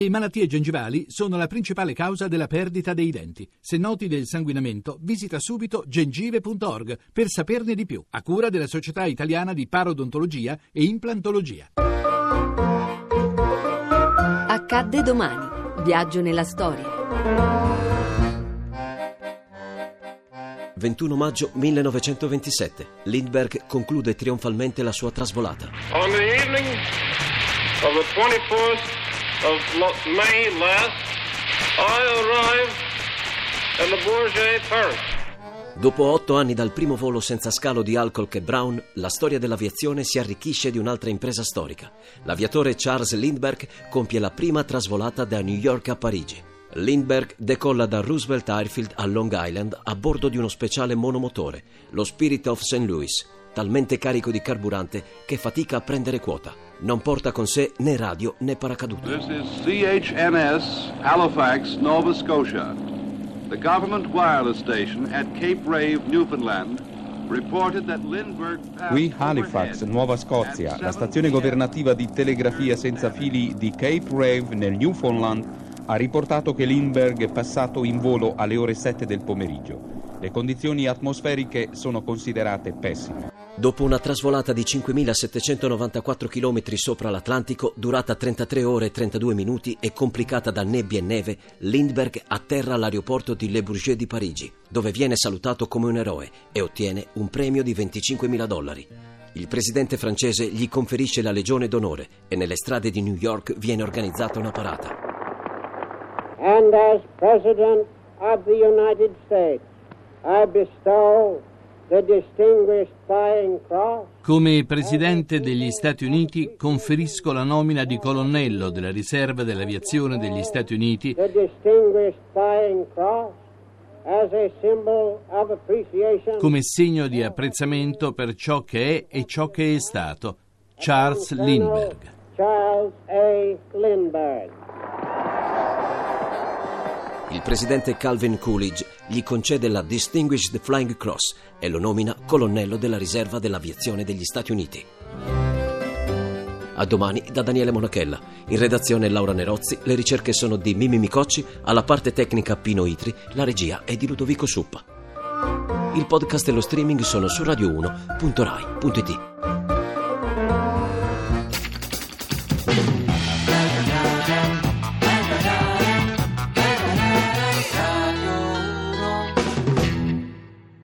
Le malattie gengivali sono la principale causa della perdita dei denti. Se noti del sanguinamento, visita subito gengive.org per saperne di più, a cura della Società Italiana di Parodontologia e Implantologia. Accadde domani. Viaggio nella storia. 21 maggio 1927. Lindbergh conclude trionfalmente la sua trasvolata. On the evening of the 24th of May last, I arrived in the Bourget, Paris. Dopo 8 anni dal primo volo senza scalo di Alcock e Brown, la storia dell'aviazione si arricchisce di un'altra impresa storica. L'aviatore Charles Lindbergh compie la prima trasvolata da New York a Parigi. Lindbergh decolla da Roosevelt Airfield a Long Island a bordo di uno speciale monomotore, lo Spirit of St. Louis, talmente carico di carburante che fatica a prendere quota. Non porta con sé né radio né paracadute. This is CHNS Halifax, Nova Scotia. The government wireless station at Cape Rave, Newfoundland, reported that Lindbergh passed Qui Halifax, Nuova Scozia, la stazione governativa di telegrafia senza fili di Cape Rave nel Newfoundland ha riportato che Lindbergh è passato in volo alle ore 7 del pomeriggio. Le condizioni atmosferiche sono considerate pessime. Dopo una trasvolata di 5.794 km sopra l'Atlantico, durata 33 ore e 32 minuti e complicata da nebbie e neve, Lindbergh atterra all'aeroporto di Le Bourget di Parigi, dove viene salutato come un eroe e ottiene un premio di $25.000. Il presidente francese gli conferisce la Legione d'Onore e nelle strade di New York viene organizzata una parata. And as President of the United States, I bestow the Distinguished Flying Cross. Come Presidente degli Stati Uniti conferisco la nomina di colonnello della riserva dell'aviazione degli Stati Uniti The Distinguished Flying Cross as a symbol of appreciation. come segno di apprezzamento per ciò che è e ciò che è stato. Charles Lindbergh. Charles A. Lindbergh. Il presidente Calvin Coolidge gli concede la Distinguished Flying Cross e lo nomina colonnello della riserva dell'aviazione degli Stati Uniti. A domani da Daniele Monachella. In redazione Laura Nerozzi, le ricerche sono di Mimmi Micocci, alla parte tecnica Pino Itri, la regia è di Ludovico Suppa. Il podcast e lo streaming sono su radio1.rai.it.